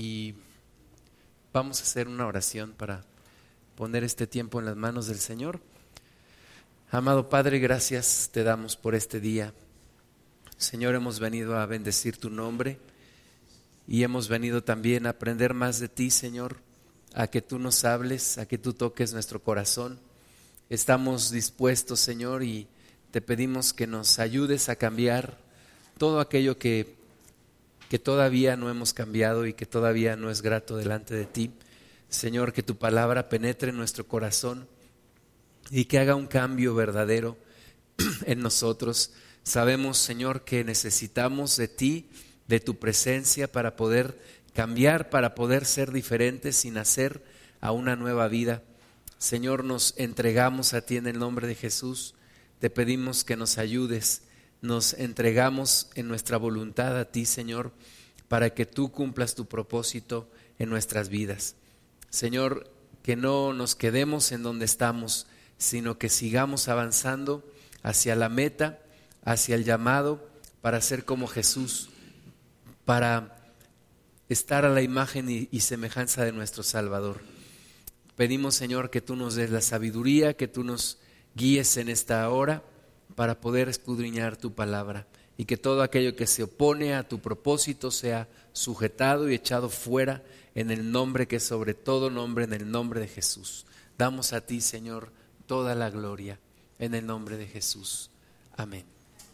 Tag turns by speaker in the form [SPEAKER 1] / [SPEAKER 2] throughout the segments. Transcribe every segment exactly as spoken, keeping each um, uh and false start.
[SPEAKER 1] y vamos a hacer una oración para poner este tiempo en las manos del Señor. Amado Padre, gracias te damos por este día. Señor, hemos venido a bendecir tu nombre y hemos venido también a aprender más de ti, Señor, a que tú nos hables, a que tú toques nuestro corazón. Estamos dispuestos, Señor, y te pedimos que nos ayudes a cambiar todo aquello que, que todavía no hemos cambiado y que todavía no es grato delante de ti. Señor, que tu palabra penetre en nuestro corazón y que haga un cambio verdadero en nosotros. Sabemos, Señor, que necesitamos de ti, de tu presencia para poder cambiar, para poder ser diferentes y nacer a una nueva vida. Señor, nos entregamos a ti en el nombre de Jesús. Te pedimos que nos ayudes. Nos entregamos en nuestra voluntad a ti, Señor, para que tú cumplas tu propósito en nuestras vidas. Señor, que no nos quedemos en donde estamos, sino que sigamos avanzando hacia la meta, hacia el llamado, para ser como Jesús, para estar a la imagen y, y semejanza de nuestro Salvador. Pedimos, Señor, que tú nos des la sabiduría, que tú nos guíes en esta hora para poder escudriñar tu palabra y que todo aquello que se opone a tu propósito sea sujetado y echado fuera en el nombre que es sobre todo nombre, en el nombre de Jesús. Damos a ti, Señor, toda la gloria en el nombre de Jesús. Amén.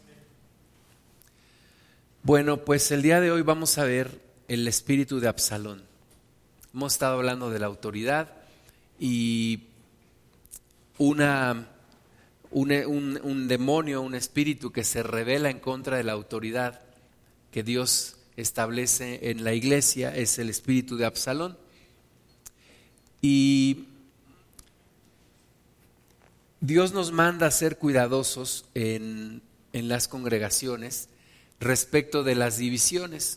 [SPEAKER 1] Bueno, pues el día de hoy vamos a ver el espíritu de Absalón. Hemos estado hablando de la autoridad y una, un, un, un demonio, un espíritu que se rebela en contra de la autoridad que Dios establece en la iglesia es el espíritu de Absalón. Y Dios nos manda a ser cuidadosos en, en las congregaciones respecto de las divisiones.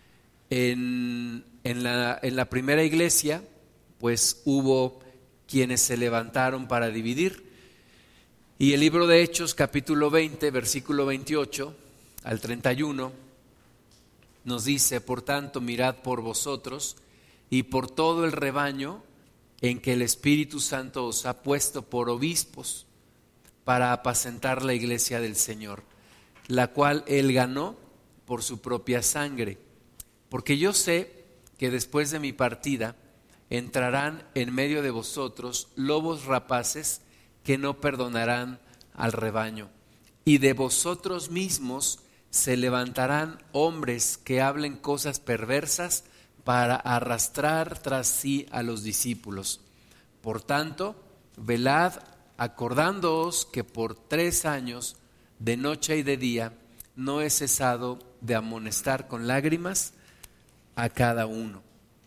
[SPEAKER 1] En, en, la, en la primera iglesia, pues hubo quienes se levantaron para dividir. Y el libro de Hechos, capítulo veinte, versículo veintiocho al treinta y uno, nos dice: por tanto, mirad por vosotros y por todo el rebaño en que el Espíritu Santo os ha puesto por obispos para apacentar la iglesia del Señor, la cual Él ganó por su propia sangre. Porque yo sé que después de mi partida entrarán en medio de vosotros lobos rapaces que no perdonarán al rebaño, y de vosotros mismos se levantarán hombres que hablen cosas perversas para arrastrar tras sí a los discípulos. Por tanto, velad, acordándoos que por tres años, de noche y de día, no he cesado de amonestar con lágrimas a cada uno.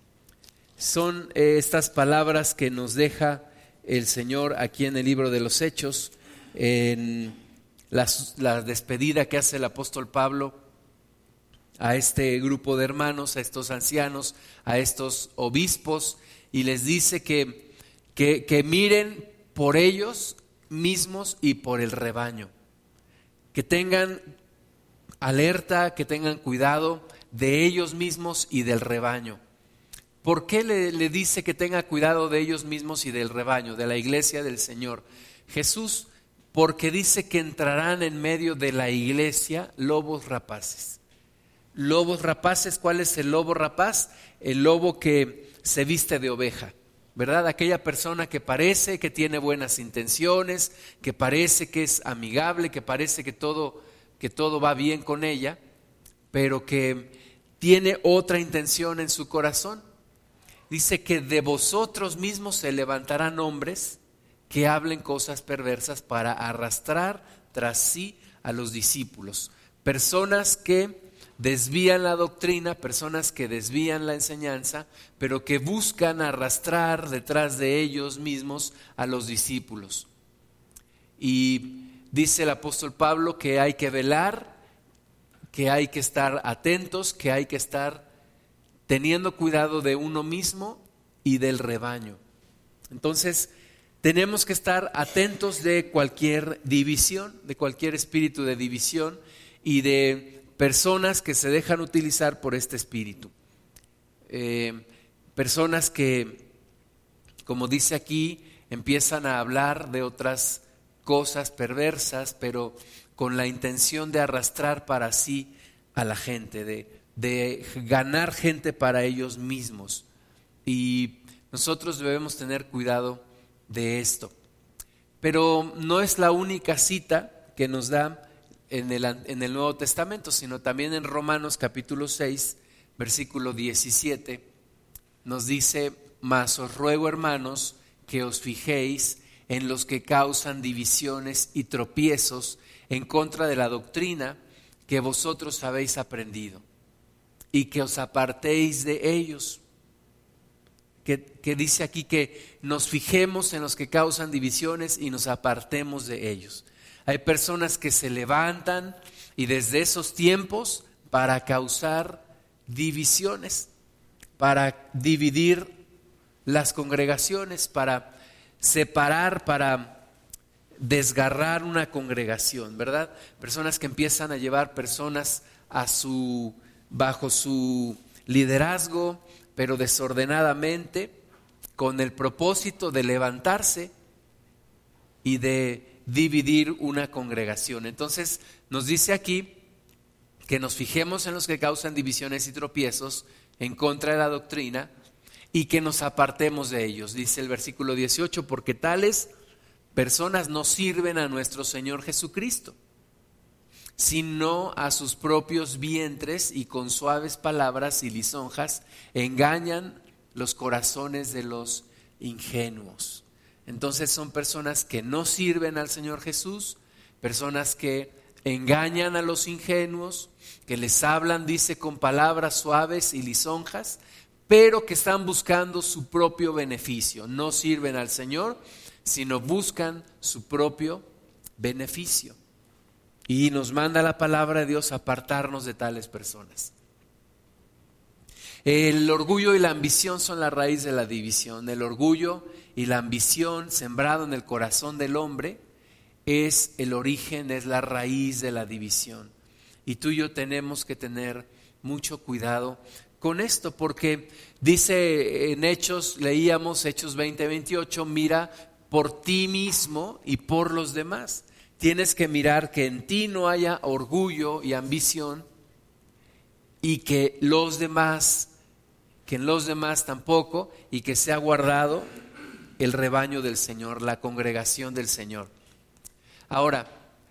[SPEAKER 1] Son eh, estas palabras que nos deja el Señor aquí en el libro de los Hechos, en la, la despedida que hace el apóstol Pablo a este grupo de hermanos, a estos ancianos, a estos obispos, y les dice que, que, que miren por ellos mismos y por el rebaño, que tengan alerta, que tengan cuidado de ellos mismos y del rebaño. ¿Por qué le, le dice que tenga cuidado de ellos mismos y del rebaño, de la iglesia del Señor Jesús? Porque dice que entrarán en medio de la iglesia lobos rapaces. Lobos rapaces, ¿cuál es el lobo rapaz? El lobo que se viste de oveja, ¿verdad? Aquella persona que parece que tiene buenas intenciones, que parece que es amigable, que parece que todo, que todo va bien con ella, pero que tiene otra intención en su corazón. Dice que de vosotros mismos se levantarán hombres que hablen cosas perversas para arrastrar tras sí a los discípulos. Personas que desvían la doctrina, personas que desvían la enseñanza, pero que buscan arrastrar detrás de ellos mismos a los discípulos. Y dice el apóstol Pablo que hay que velar, que hay que estar atentos, que hay que estar teniendo cuidado de uno mismo y del rebaño. Entonces, tenemos que estar atentos de cualquier división, de cualquier espíritu de división y de personas que se dejan utilizar por este espíritu. eh, personas que, como dice aquí, empiezan a hablar de otras cosas perversas, pero con la intención de arrastrar para sí a la gente, de, de ganar gente para ellos mismos. Y nosotros debemos tener cuidado de esto. Pero no es la única cita que nos da en el, en el Nuevo Testamento, sino también en Romanos capítulo seis, versículo diecisiete, nos dice: mas os ruego, hermanos, que os fijéis en los que causan divisiones y tropiezos en contra de la doctrina que vosotros habéis aprendido, y que os apartéis de ellos. Que, que dice aquí que nos fijemos en los que causan divisiones y nos apartemos de ellos. Hay personas que se levantan y desde esos tiempos para causar divisiones, para dividir las congregaciones, para separar, para desgarrar una congregación, ¿verdad? Personas que empiezan a llevar personas a su, bajo su liderazgo, pero desordenadamente, con el propósito de levantarse y de dividir una congregación. Entonces nos dice aquí que nos fijemos en los que causan divisiones y tropiezos en contra de la doctrina y que nos apartemos de ellos. Dice el versículo dieciocho: porque tales personas no sirven a nuestro Señor Jesucristo, sino a sus propios vientres, y con suaves palabras y lisonjas engañan los corazones de los ingenuos. Entonces son personas que no sirven al Señor Jesús, personas que engañan a los ingenuos, que les hablan, dice, con palabras suaves y lisonjas, pero que están buscando su propio beneficio. No sirven al Señor, sino buscan su propio beneficio. Y nos manda la palabra de Dios a apartarnos de tales personas. El orgullo y la ambición son la raíz de la división. El orgullo y la ambición sembrado en el corazón del hombre es el origen, es la raíz de la división. Y tú y yo tenemos que tener mucho cuidado con esto, porque dice en Hechos, leíamos Hechos veinte, veintiocho, mira por ti mismo y por los demás. Tienes que mirar que en ti no haya orgullo y ambición, y que los demás, que en los demás tampoco, y que sea guardado el rebaño del Señor, la congregación del Señor. Ahora,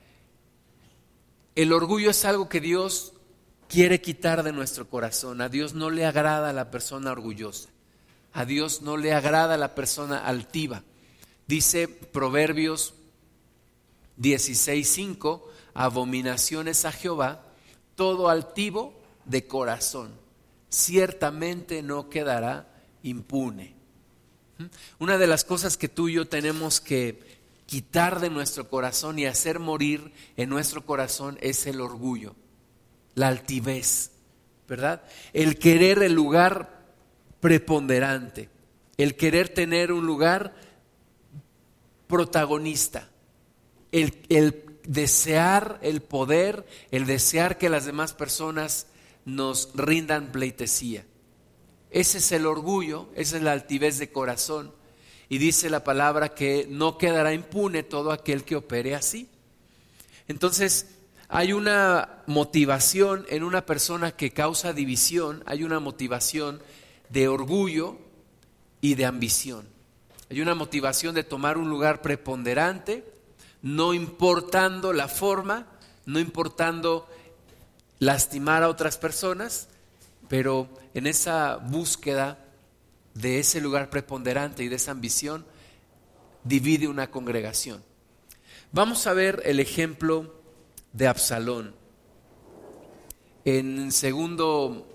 [SPEAKER 1] el orgullo es algo que Dios quiere quitar de nuestro corazón. A Dios no le agrada la persona orgullosa. A Dios no le agrada la persona altiva. Dice Proverbios dieciséis cinco: abominaciones a Jehová todo altivo de corazón, ciertamente no quedará impune. Una de las cosas que tú y yo tenemos que quitar de nuestro corazón y hacer morir en nuestro corazón es el orgullo, la altivez, ¿verdad? El querer el lugar preponderante, el querer tener un lugar protagonista, el, el desear el poder, el desear que las demás personas nos rindan pleitesía. Ese es el orgullo, esa es la altivez de corazón. Y dice la palabra que no quedará impune todo aquel que opere así. Entonces, hay una motivación en una persona que causa división, hay una motivación de orgullo y de ambición. Hay una motivación de tomar un lugar preponderante, no importando la forma, no importando lastimar a otras personas, pero en esa búsqueda de ese lugar preponderante y de esa ambición, divide una congregación. Vamos a ver el ejemplo de Absalón. En el segundo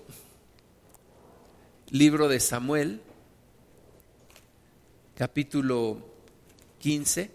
[SPEAKER 1] libro de Samuel, capítulo quince,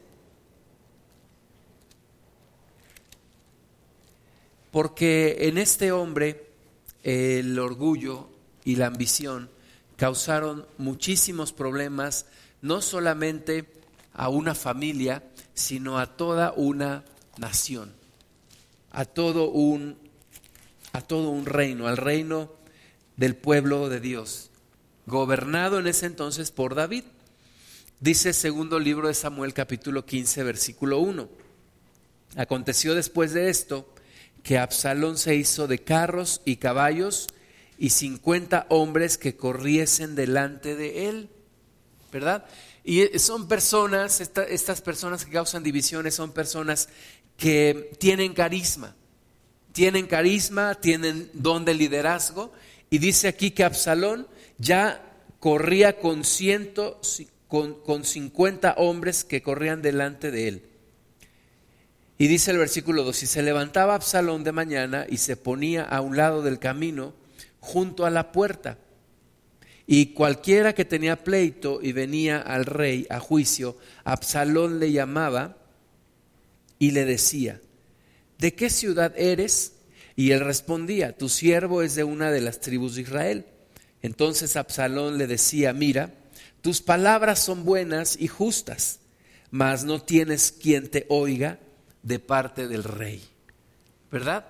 [SPEAKER 1] porque en este hombre el orgullo y la ambición causaron muchísimos problemas, no solamente a una familia, sino a toda una nación, a todo un, a todo un reino, al reino del pueblo de Dios. gobernado en ese entonces por David. Dice segundo libro de Samuel, capítulo quince, versículo uno. Aconteció después de esto que Absalón se hizo de carros y caballos y cincuenta hombres que corriesen delante de él, ¿verdad? Y son personas, esta, estas personas que causan divisiones son personas que tienen carisma, tienen carisma, tienen don de liderazgo. Y dice aquí que Absalón ya corría con ciento, con, con cincuenta hombres que corrían delante de él. Y dice el versículo dos, y se levantaba Absalón de mañana y se ponía a un lado del camino junto a la puerta. Y cualquiera que tenía pleito y venía al rey a juicio, Absalón le llamaba y le decía, ¿de qué ciudad eres? Y él respondía, tu siervo es de una de las tribus de Israel. Entonces Absalón le decía, mira, tus palabras son buenas y justas, mas no tienes quien te oiga de parte del rey. ¿Verdad?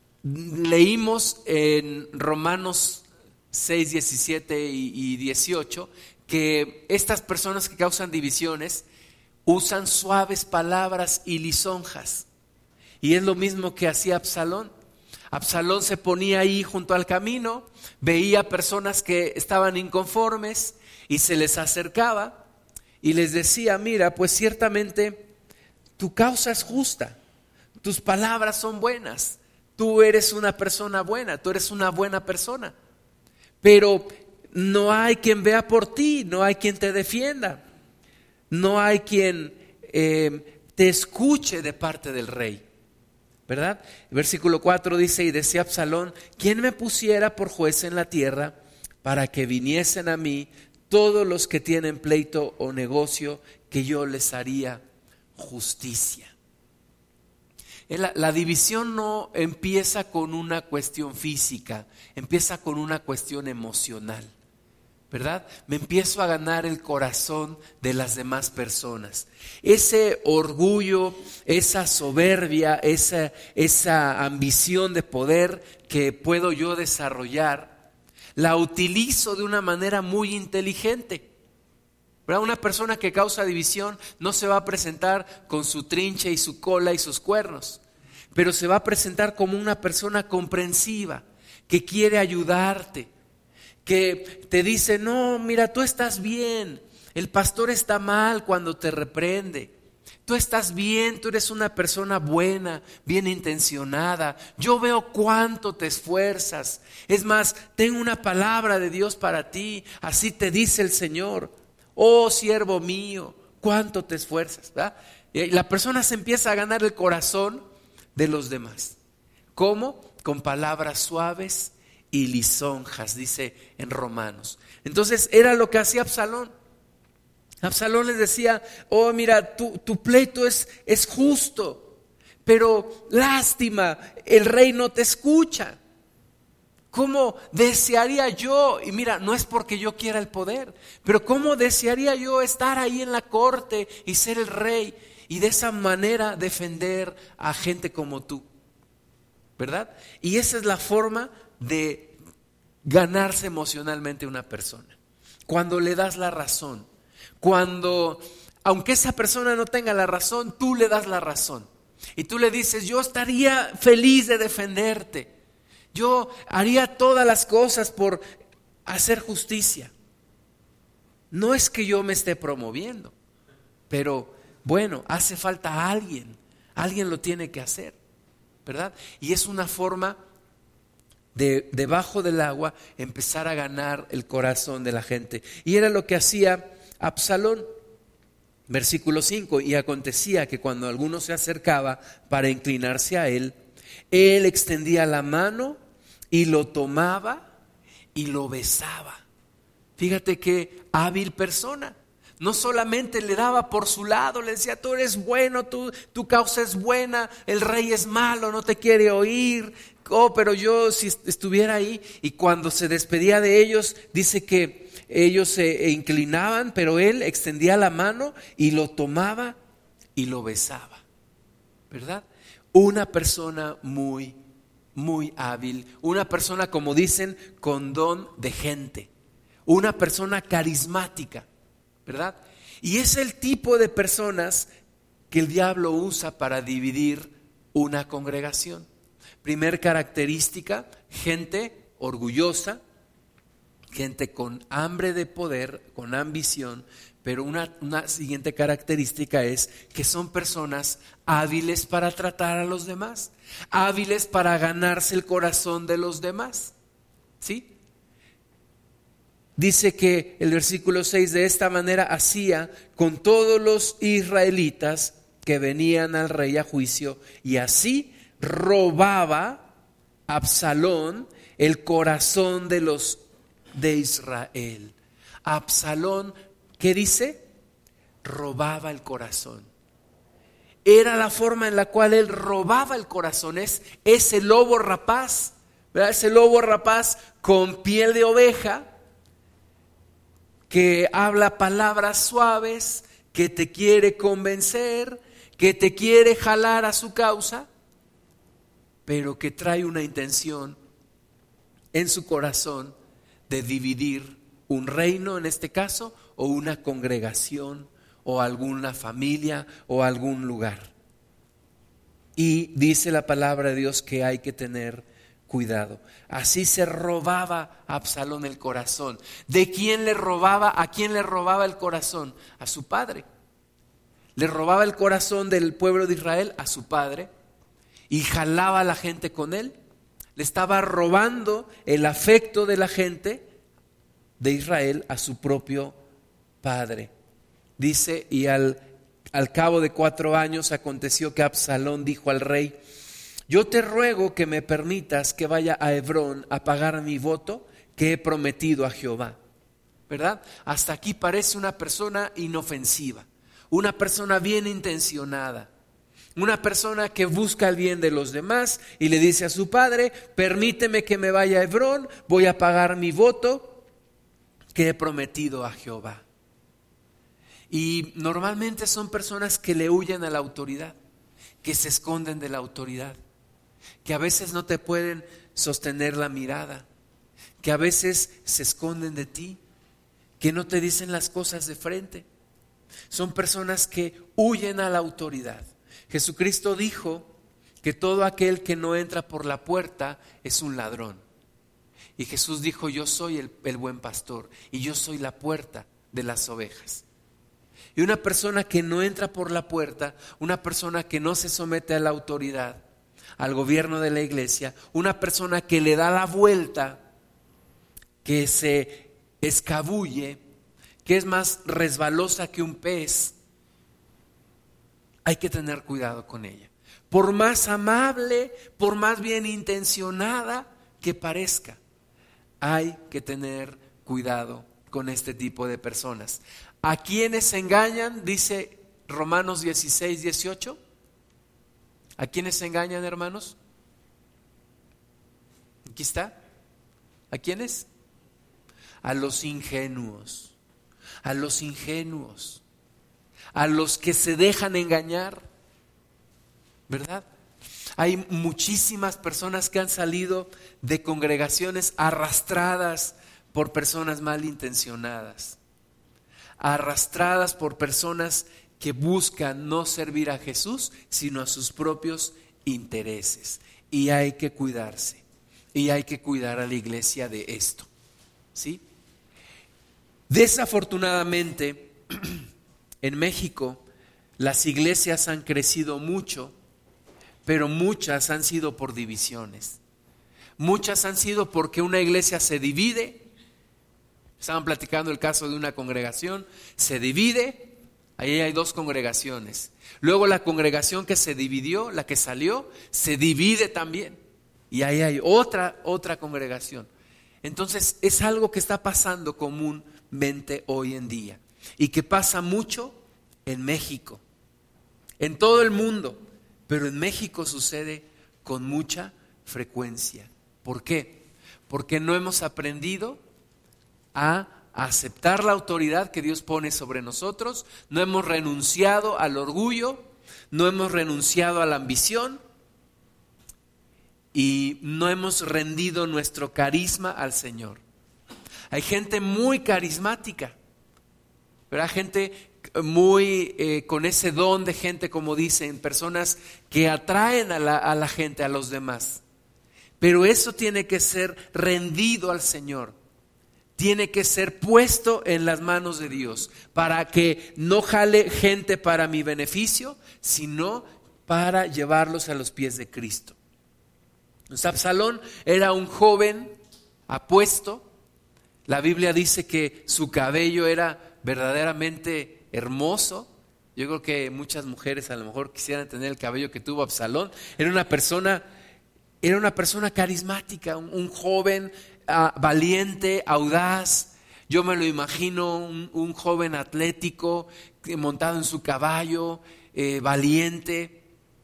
[SPEAKER 1] Leímos en Romanos seis, diecisiete y dieciocho que estas personas que causan divisiones usan suaves palabras y lisonjas. Y es lo mismo que hacía Absalón. Absalón se ponía ahí junto al camino, veía personas que estaban inconformes y se les acercaba y les decía, mira, pues ciertamente tu causa es justa, tus palabras son buenas, tú eres una persona buena, tú eres una buena persona, pero no hay quien vea por ti, no hay quien te defienda, no hay quien eh, te escuche de parte del rey. ¿Verdad? El versículo cuatro dice, y decía Absalón, ¿quién me pusiera por juez en la tierra para que viniesen a mí todos los que tienen pleito o negocio, que yo les haría justicia? La, la división no empieza con una cuestión física, empieza con una cuestión emocional. ¿Verdad? Me empiezo a ganar el corazón de las demás personas. Ese orgullo, esa soberbia, esa, esa ambición de poder que puedo yo desarrollar, la utilizo de una manera muy inteligente. ¿Verdad? Una persona que causa división no se va a presentar con su trinche y su cola y sus cuernos, pero se va a presentar como una persona comprensiva, que quiere ayudarte, que te dice, no, mira, tú estás bien, el pastor está mal cuando te reprende, tú estás bien, tú eres una persona buena, bien intencionada, yo veo cuánto te esfuerzas, es más, tengo una palabra de Dios para ti, así te dice el Señor, oh siervo mío, cuánto te esfuerzas, ¿verdad? Y la persona se empieza a ganar el corazón de los demás. ¿Cómo? Con palabras suaves y lisonjas, dice en Romanos. Entonces era lo que hacía Absalón. Absalón les decía, oh mira, tu, tu pleito es, es justo, pero lástima, el rey no te escucha. ¿Cómo desearía yo? Y mira, no es porque yo quiera el poder, pero ¿cómo desearía yo estar ahí en la corte y ser el rey y de esa manera defender a gente como tú? ¿Verdad? Y esa es la forma de ganarse emocionalmente una persona. Cuando le das la razón, cuando, aunque esa persona no tenga la razón, tú le das la razón. Y tú le dices, yo estaría feliz de defenderte. Yo haría todas las cosas por hacer justicia. No es que yo me esté promoviendo, pero bueno, hace falta alguien. Alguien lo tiene que hacer, ¿verdad? Y es una forma de debajo del agua empezar a ganar el corazón de la gente. Y era lo que hacía Absalón. Versículo cinco, y acontecía que cuando alguno se acercaba para inclinarse a él, él extendía la mano y lo tomaba y lo besaba. Fíjate qué hábil persona. No solamente le daba por su lado, le decía, tú eres bueno, tú, tu causa es buena, el rey es malo, no te quiere oír. Oh, pero yo si estuviera ahí. Y cuando se despedía de ellos, dice que ellos se inclinaban, pero él extendía la mano y lo tomaba y lo besaba. ¿Verdad? Una persona muy, muy hábil, una persona, como dicen, con don de gente. una persona carismática, ¿verdad? Y es el tipo de personas que el diablo usa para dividir una congregación. Primer característica, gente orgullosa, gente con hambre de poder, con ambición, pero una, una siguiente característica es que son personas hábiles para tratar a los demás, hábiles para ganarse el corazón de los demás, ¿sí? Dice que el versículo seis, de esta manera hacía con todos los israelitas que venían al rey a juicio, y así robaba Absalón el corazón de los de Israel. Absalón, ¿qué dice? Robaba el corazón. Era la forma en la cual él robaba el corazón. Es ese lobo rapaz, ¿verdad? Ese lobo rapaz con piel de oveja, que habla palabras suaves, que te quiere convencer, que te quiere jalar a su causa, pero que trae una intención en su corazón de dividir un reino, en este caso, o una congregación, o alguna familia, o algún lugar. Y dice la palabra de Dios que hay que tener cuidado. Así se robaba Absalón el corazón. ¿De quién le robaba? ¿A quién le robaba el corazón? A su padre. Le robaba el corazón del pueblo de Israel a su padre y jalaba a la gente con él. Le estaba robando el afecto de la gente de Israel a su propio padre. Dice, y al, al cabo de cuatro años aconteció que Absalón dijo al rey: yo te ruego que me permitas que vaya a Hebrón a pagar mi voto que he prometido a Jehová. ¿Verdad? Hasta aquí parece una persona inofensiva, una persona bien intencionada, una persona que busca el bien de los demás y le dice a su padre: permíteme que me vaya a Hebrón, voy a pagar mi voto que he prometido a Jehová. Y normalmente son personas que le huyen a la autoridad, que se esconden de la autoridad, que a veces no te pueden sostener la mirada, que a veces se esconden de ti, que no te dicen las cosas de frente. Son personas que huyen a la autoridad. Jesucristo dijo que todo aquel que no entra por la puerta es un ladrón. Y Jesús dijo: yo soy el, el buen pastor y yo soy la puerta de las ovejas. Y una persona que no entra por la puerta, una persona que no se somete a la autoridad, al gobierno de la iglesia, una persona que le da la vuelta, que se escabulle, que es más resbalosa que un pez, hay que tener cuidado con ella. Por más amable, por más bien intencionada que parezca, hay que tener cuidado con este tipo de personas. ¿A quiénes engañan? Dice Romanos dieciséis, dieciocho. ¿A quiénes engañan, hermanos? Aquí está. ¿A quiénes? A los ingenuos. A los ingenuos. A los que se dejan engañar. ¿Verdad? Hay muchísimas personas que han salido de congregaciones arrastradas por personas malintencionadas, arrastradas por personas que buscan no servir a Jesús, sino a sus propios intereses. Y hay que cuidarse, y hay que cuidar a la iglesia de esto, ¿sí? Desafortunadamente, en México, las iglesias han crecido mucho, pero muchas han sido por divisiones. Muchas han sido porque una iglesia se divide. Estaban platicando el caso de una congregación, se divide, ahí hay dos congregaciones. Luego la congregación que se dividió, la que salió, se divide también. Y ahí hay otra, otra congregación. Entonces es algo que está pasando comúnmente hoy en día. Y que pasa mucho en México, en todo el mundo. Pero en México sucede con mucha frecuencia. ¿Por qué? Porque no hemos aprendido a aceptar la autoridad que Dios pone sobre nosotros, no hemos renunciado al orgullo, no hemos renunciado a la ambición y no hemos rendido nuestro carisma al Señor. Hay gente muy carismática, ¿verdad? Gente muy eh, con ese don de gente, como dicen, personas que atraen a la, a la gente, a los demás. Pero eso tiene que ser rendido al Señor. Tiene que ser puesto en las manos de Dios para que no jale gente para mi beneficio, sino para llevarlos a los pies de Cristo. Entonces, Absalón era un joven apuesto. La Biblia dice que su cabello era verdaderamente hermoso. Yo creo que muchas mujeres a lo mejor quisieran tener el cabello que tuvo Absalón. Era una persona, era una persona carismática, un, un joven uh, valiente, audaz. Yo me lo imagino un, un joven atlético montado en su caballo, eh, valiente.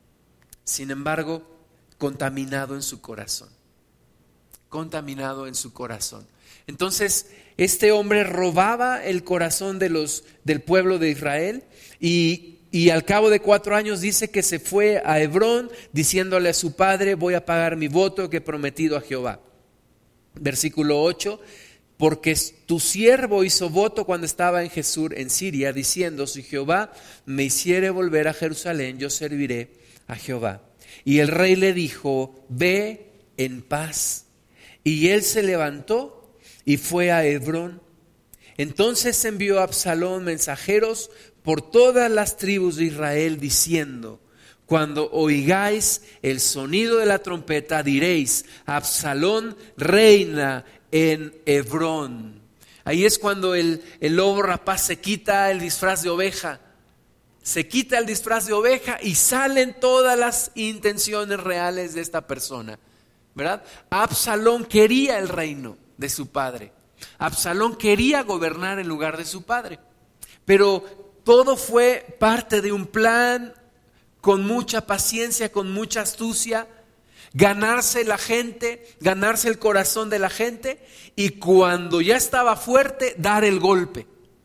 [SPEAKER 1] Sin embargo, contaminado en su corazón. Contaminado en su corazón. Entonces, este hombre robaba el corazón de los, del pueblo de Israel y, y al cabo de cuatro años dice que se fue a Hebrón diciéndole a su padre: voy a pagar mi voto que he prometido a Jehová. Versículo ocho: porque tu siervo hizo voto cuando estaba en Jesús en Siria, diciendo: si Jehová me hiciere volver a Jerusalén, yo serviré a Jehová. Y el rey le dijo: ve en paz. Y él se levantó y fue a Hebrón. Entonces envió a Absalón mensajeros por todas las tribus de Israel, diciendo: cuando oigáis el sonido de la trompeta, diréis: Absalón reina en Hebrón. Ahí es cuando el, el lobo rapaz se quita el disfraz de oveja. Se quita el disfraz de oveja y salen todas las intenciones reales de esta persona, ¿verdad? Absalón quería el reino de su padre. Absalón quería gobernar en lugar de su padre. Pero todo fue parte de un plan, con mucha paciencia, con mucha astucia, ganarse la gente, ganarse el corazón de la gente, y cuando ya estaba fuerte, dar el golpe.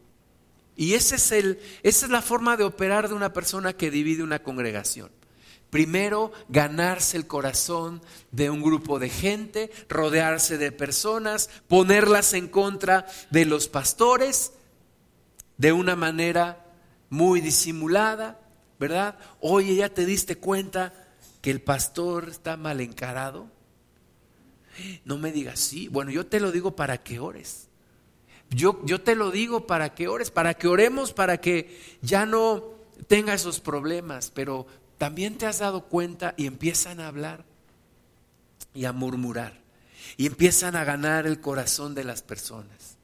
[SPEAKER 1] Y ese es el, esa es la forma de operar de una persona que divide una congregación. Primero, ganarse el corazón de un grupo de gente, rodearse de personas, ponerlas en contra de los pastores de una manera muy disimulada, ¿verdad? Oye, ¿ya te diste cuenta que el pastor está mal encarado? No me digas sí. Bueno, yo te lo digo para que ores. Yo, yo te lo digo para que ores, para que oremos, para que ya no tenga esos problemas. Pero también te has dado cuenta y empiezan a hablar y a murmurar y empiezan a ganar el corazón de las personas.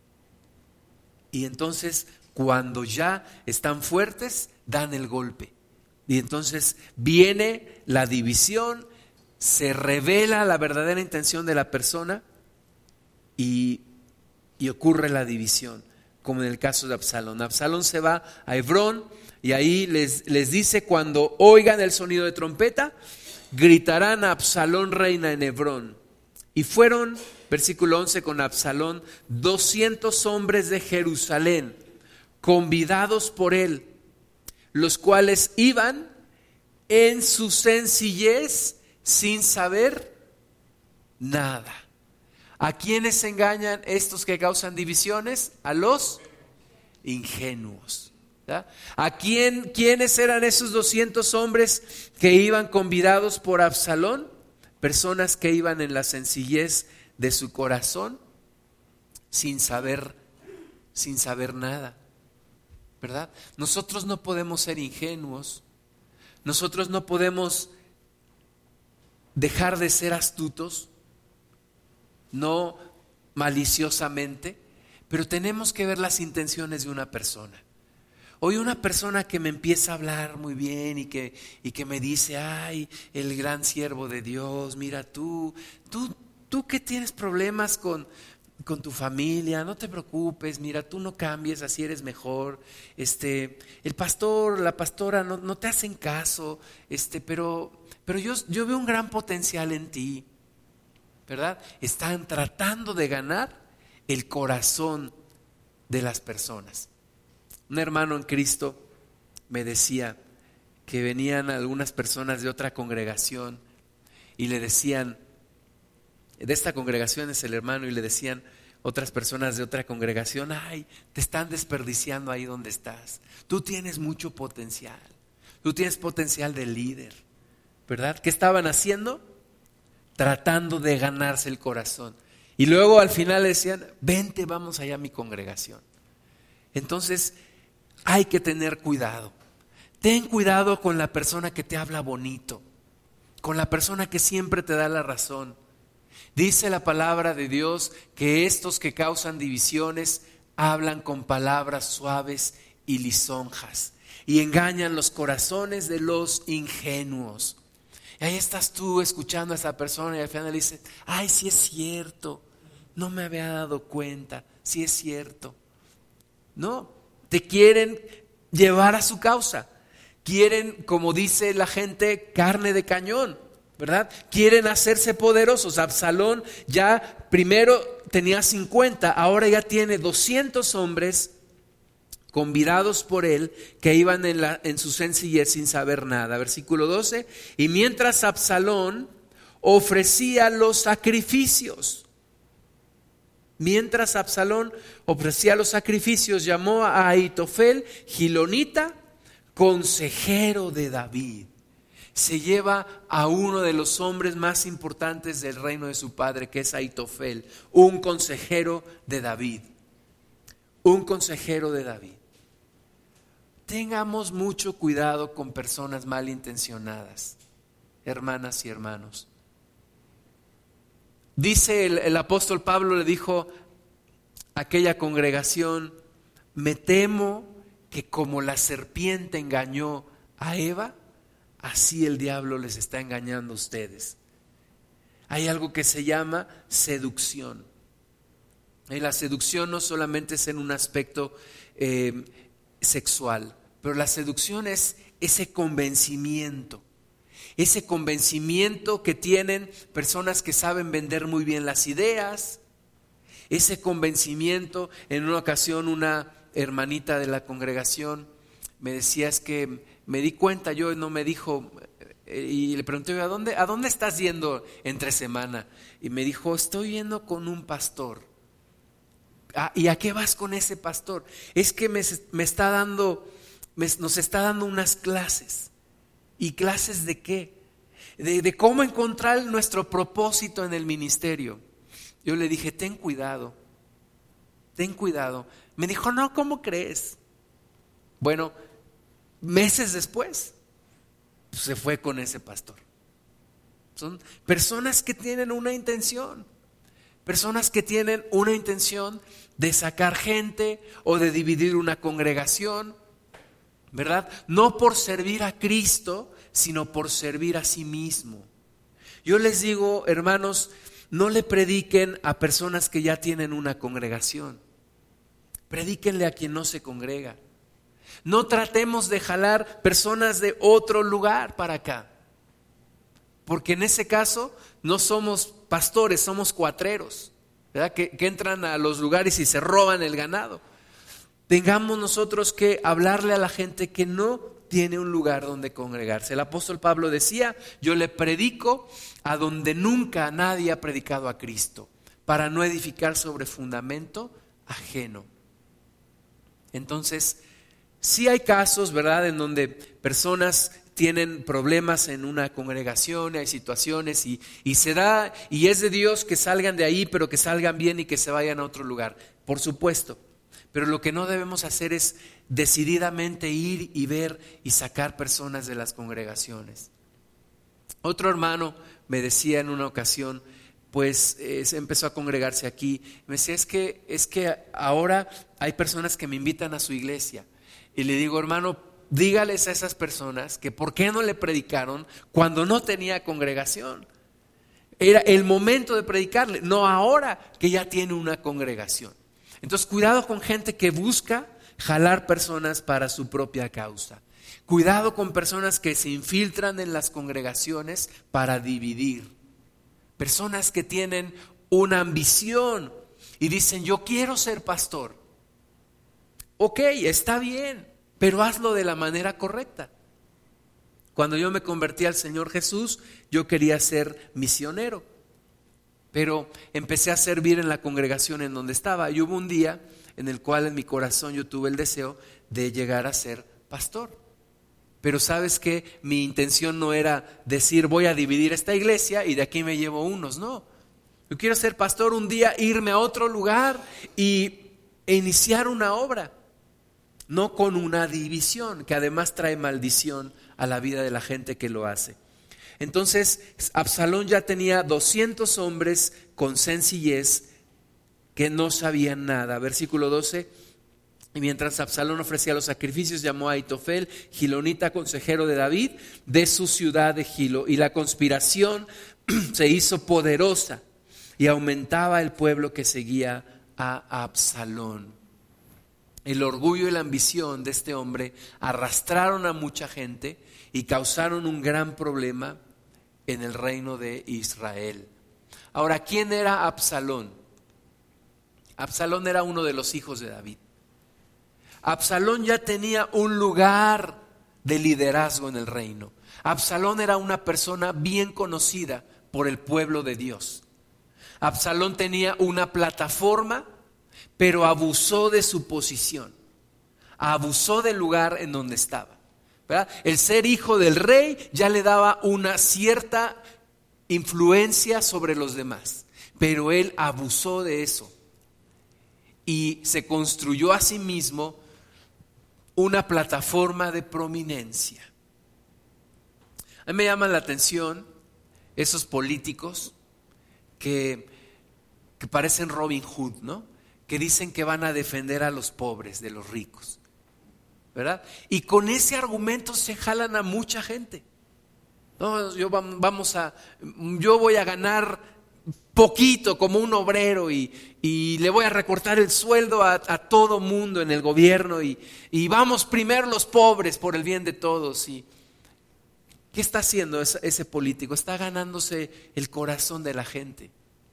[SPEAKER 1] Y entonces, cuando ya están fuertes, dan el golpe. Y entonces viene la división, se revela la verdadera intención de la persona y Y ocurre la división, como en el caso de Absalón. Absalón se va a Hebrón y ahí les, les dice: cuando oigan el sonido de trompeta, gritarán: Absalón reina en Hebrón. Y fueron, versículo once, con Absalón doscientos hombres de Jerusalén, convidados por él, los cuales iban en su sencillez sin saber nada. ¿A quiénes engañan estos que causan divisiones? A los ingenuos. ¿Ya? ¿A quién, quiénes eran esos doscientos hombres que iban convidados por Absalón? Personas que iban en la sencillez de su corazón, sin saber, sin saber nada, ¿verdad? Nosotros no podemos ser ingenuos. Nosotros no podemos dejar de ser astutos, no maliciosamente, pero tenemos que ver las intenciones de una persona. Hoy una persona que me empieza a hablar muy bien y que, y que me dice: ay, el gran siervo de Dios, mira tú, tú, tú que tienes problemas con, con tu familia, no te preocupes, mira, tú no cambies, así eres mejor. Este, el pastor, la pastora no, no te hacen caso, este, pero, pero yo, yo veo un gran potencial en ti. ¿Verdad? Están tratando de ganar el corazón de las personas. Un hermano en Cristo me decía que venían algunas personas de otra congregación y le decían, de esta congregación es el hermano, y le decían: otras personas de otra congregación, ay, te están desperdiciando ahí donde estás. Tú tienes mucho potencial, tú tienes potencial de líder, ¿verdad? ¿Qué estaban haciendo? Tratando de ganarse el corazón. Y luego al final le decían, vente, vamos allá a mi congregación. Entonces hay que tener cuidado. Ten cuidado con la persona que te habla bonito, con la persona que siempre te da la razón. Dice la palabra de Dios que estos que causan divisiones hablan con palabras suaves y lisonjas y engañan los corazones de los ingenuos. Y ahí estás tú escuchando a esa persona y al final le dices, ay, sí es cierto, no me había dado cuenta, sí es cierto. No, te quieren llevar a su causa. Quieren, como dice la gente, carne de cañón, ¿verdad? Quieren hacerse poderosos. Absalón ya primero tenía cincuenta, ahora ya tiene doscientos hombres convidados por él que iban en, la, en su sencillez sin saber nada. Versículo doce, y mientras Absalón ofrecía los sacrificios, mientras Absalón ofrecía los sacrificios, llamó a Ahitofel, gilonita, consejero de David. Se lleva a uno de los hombres más importantes del reino de su padre, que es Ahitofel, un consejero de David. Un consejero de David. Tengamos mucho cuidado con personas malintencionadas, hermanas y hermanos. Dice el, el apóstol Pablo, le dijo a aquella congregación, me temo que como la serpiente engañó a Eva, así el diablo les está engañando a ustedes. Hay algo que se llama seducción. Y la seducción no solamente es en un aspecto eh, sexual, pero la seducción es ese convencimiento. Ese convencimiento que tienen personas que saben vender muy bien las ideas. Ese convencimiento, en una ocasión una hermanita de la congregación me decía, es que me di cuenta, yo no me dijo, y le pregunté, ¿a dónde, ¿a dónde estás yendo entre semana? Y me dijo, estoy yendo con un pastor. Ah, ¿y a qué vas con ese pastor? Es que me, me está dando, me, nos está dando unas clases. ¿Y clases de qué? De, de cómo encontrar nuestro propósito en el ministerio. Yo le dije, ten cuidado, ten cuidado. Me dijo, no, ¿cómo crees? Bueno, meses después se fue con ese pastor. Son personas que tienen una intención, personas que tienen una intención de sacar gente o de dividir una congregación, ¿verdad? No por servir a Cristo, sino por servir a sí mismo. Yo les digo, hermanos, no le prediquen a personas que ya tienen una congregación. Predíquenle a quien no se congrega. No tratemos de jalar personas de otro lugar para acá, porque en ese caso no somos pastores, somos cuatreros, ¿verdad? Que, que entran a los lugares y se roban el ganado. Tengamos nosotros que hablarle a la gente que no tiene un lugar donde congregarse. El apóstol Pablo decía, yo le predico a donde nunca nadie ha predicado a Cristo, para no edificar sobre fundamento ajeno. Entonces, sí hay casos, ¿verdad?, en donde personas tienen problemas en una congregación, hay situaciones y, y se da, y es de Dios que salgan de ahí, pero que salgan bien y que se vayan a otro lugar, por supuesto. Pero lo que no debemos hacer es decididamente ir y ver y sacar personas de las congregaciones. Otro hermano me decía en una ocasión, pues eh, se empezó a congregarse aquí, me decía, es que, es que ahora hay personas que me invitan a su iglesia. Y le digo, hermano, dígales a esas personas que por qué no le predicaron cuando no tenía congregación. Era el momento de predicarle, no ahora que ya tiene una congregación. Entonces, cuidado con gente que busca jalar personas para su propia causa. Cuidado con personas que se infiltran en las congregaciones para dividir. Personas que tienen una ambición y dicen, yo quiero ser pastor. Ok, está bien, pero hazlo de la manera correcta. Cuando yo me convertí al Señor Jesús, yo quería ser misionero. pero empecé a servir en la congregación en donde estaba. Y hubo un día en el cual en mi corazón yo tuve el deseo de llegar a ser pastor. Pero sabes que mi intención no era decir voy a dividir esta iglesia y de aquí me llevo unos, no. Yo quiero ser pastor un día, irme a otro lugar y, e iniciar una obra, no con una división que además trae maldición a la vida de la gente que lo hace. Entonces Absalón ya tenía doscientos hombres con sencillez que no sabían nada. Versículo doce. Y mientras Absalón ofrecía los sacrificios, llamó a Ahitofel, gilonita, consejero de David, de su ciudad de Gilo. Y la conspiración se hizo poderosa y aumentaba el pueblo que seguía a Absalón. El orgullo y la ambición de este hombre arrastraron a mucha gente y causaron un gran problema en el reino de Israel. Ahora, ¿quién era Absalón? Absalón era uno de los hijos de David. Absalón ya tenía un lugar de liderazgo en el reino. Absalón era una persona bien conocida por el pueblo de Dios. Absalón tenía una plataforma, pero abusó de su posición. Abusó del lugar en donde estaba, ¿verdad? El ser hijo del rey ya le daba una cierta influencia sobre los demás, pero él abusó de eso y se construyó a sí mismo una plataforma de prominencia. A mí me llaman la atención esos políticos que, que parecen Robin Hood, ¿no? Que dicen que van a defender a los pobres de los ricos, ¿verdad? Y con ese argumento se jalan a mucha gente. No, yo vamos a, yo voy a ganar poquito como un obrero y, y le voy a recortar el sueldo a, a todo mundo en el gobierno y, y vamos primero los pobres por el bien de todos. Y ¿qué está haciendo ese, ese político? Está ganándose el corazón de la gente.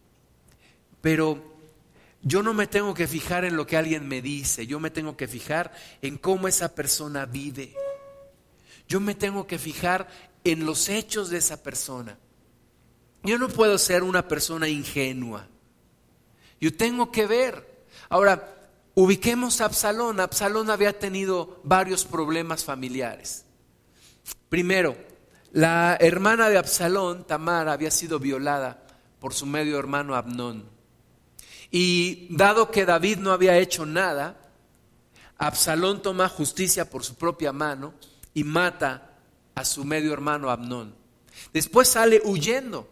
[SPEAKER 1] Pero yo no me tengo que fijar en lo que alguien me dice, yo me tengo que fijar en cómo esa persona vive. Yo me tengo que fijar en los hechos de esa persona. Yo no puedo ser una persona ingenua. Yo tengo que ver. Ahora, ubiquemos a Absalón. Absalón había tenido varios problemas familiares. Primero, la hermana de Absalón, Tamar, había sido violada por su medio hermano Amnón. Y dado que David no había hecho nada, Absalón toma justicia por su propia mano y mata a su medio hermano Amnón. Después sale huyendo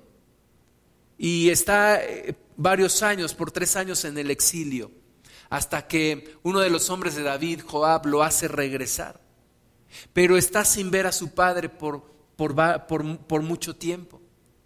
[SPEAKER 1] y está varios años, por tres años en el exilio, hasta que uno de los hombres de David, Joab, lo hace regresar. Pero está sin ver a su padre por, por, por, por mucho tiempo.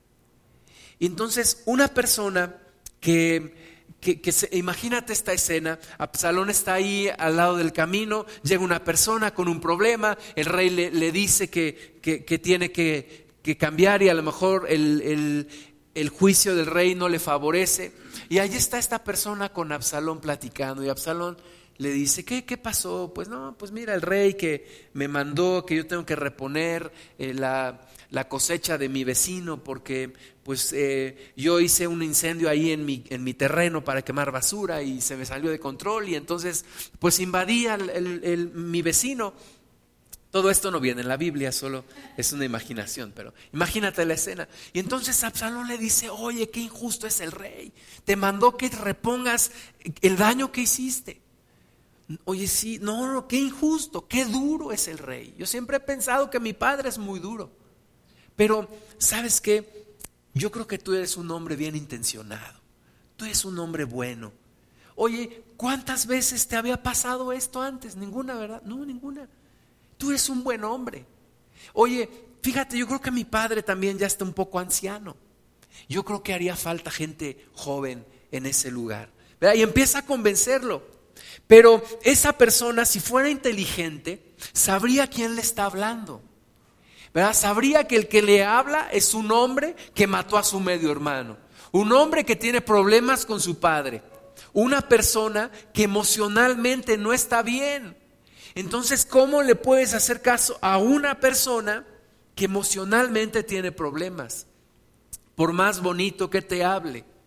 [SPEAKER 1] Y entonces una persona que... Que, que se, imagínate esta escena, Absalón está ahí al lado del camino, llega una persona con un problema, el rey le, le dice que, que, que tiene que, que cambiar y a lo mejor el, el, el juicio del rey no le favorece, y ahí está esta persona con Absalón platicando y Absalón le dice, ¿qué, qué pasó? Pues no, pues mira, el rey que me mandó que yo tengo que reponer eh, la, la cosecha de mi vecino porque pues eh, yo hice un incendio ahí en mi, en mi terreno para quemar basura y se me salió de control y entonces pues invadía el, el, el, mi vecino. Todo esto no viene en la Biblia, solo es una imaginación, pero imagínate la escena. Y entonces Absalón le dice, oye, qué injusto es el rey, te mandó que repongas el daño que hiciste. Oye, sí, no, no, qué injusto, qué duro es el rey. Yo siempre he pensado que mi padre es muy duro. Pero, ¿sabes qué? Yo creo que tú eres un hombre bien intencionado. Tú eres un hombre bueno. Oye, ¿cuántas veces te había pasado esto antes? Ninguna, ¿verdad? No, ninguna. Tú eres un buen hombre. Oye, fíjate, yo creo que mi padre también ya está un poco anciano. Yo creo que haría falta gente joven en ese lugar, ¿verdad? Y empieza a convencerlo. Pero esa persona, si fuera inteligente, sabría quién le está hablando, ¿verdad? Sabría que el que le habla es un hombre que mató a su medio hermano, un hombre que tiene problemas con su padre, una persona que emocionalmente no está bien. Entonces, ¿cómo le puedes hacer caso a una persona que emocionalmente tiene problemas? Por más bonito que te hable,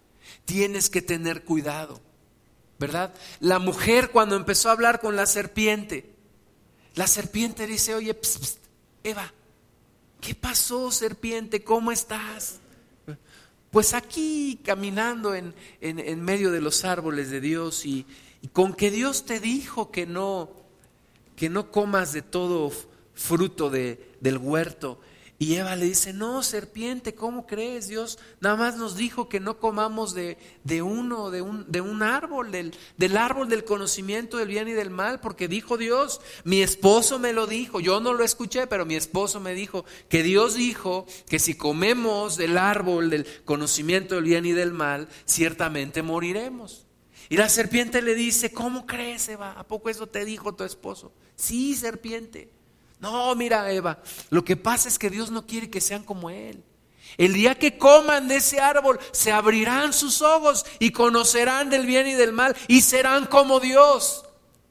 [SPEAKER 1] tienes que tener cuidado, ¿verdad? La mujer cuando empezó a hablar con la serpiente, la serpiente dice, oye, pst, pst, Eva, ¿qué pasó, serpiente? ¿Cómo estás? Pues aquí caminando en, en, en medio de los árboles de Dios y, y con que Dios te dijo que no, que no comas de todo fruto de, del huerto. Y Eva le dice, no, serpiente, ¿cómo crees? Dios nada más nos dijo que no comamos de, de uno, de un, de un árbol, del, del árbol del conocimiento del bien y del mal, porque dijo Dios, mi esposo me lo dijo, yo no lo escuché, pero mi esposo me dijo que Dios dijo que si comemos del árbol del conocimiento del bien y del mal, ciertamente moriremos. Y la serpiente le dice, ¿cómo crees, Eva? ¿A poco eso te dijo tu esposo? Sí, serpiente. No, mira, Eva, lo que pasa es que Dios no quiere que sean como Él. El día que coman de ese árbol, se abrirán sus ojos y conocerán del bien y del mal y serán como Dios.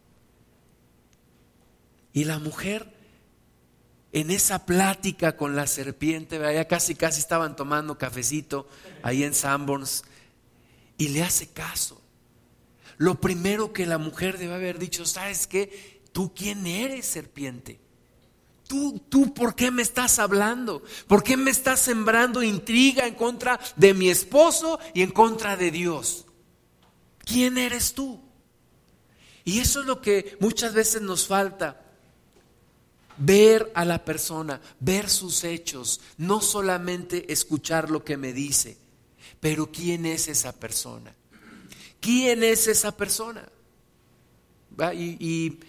[SPEAKER 1] Y la mujer, en esa plática con la serpiente, ya casi casi estaban tomando cafecito ahí en Sanborns, y le hace caso. Lo primero que la mujer debe haber dicho, ¿sabes qué? ¿Tú quién eres, serpiente? ¿Tú, tú por qué me estás hablando? ¿Por qué me estás sembrando intriga en contra de mi esposo y en contra de Dios? ¿Quién eres tú? Y eso es lo que muchas veces nos falta. Ver a la persona, ver sus hechos, no solamente escuchar lo que me dice, pero ¿quién es esa persona? ¿Quién es esa persona? ¿Va? Y, y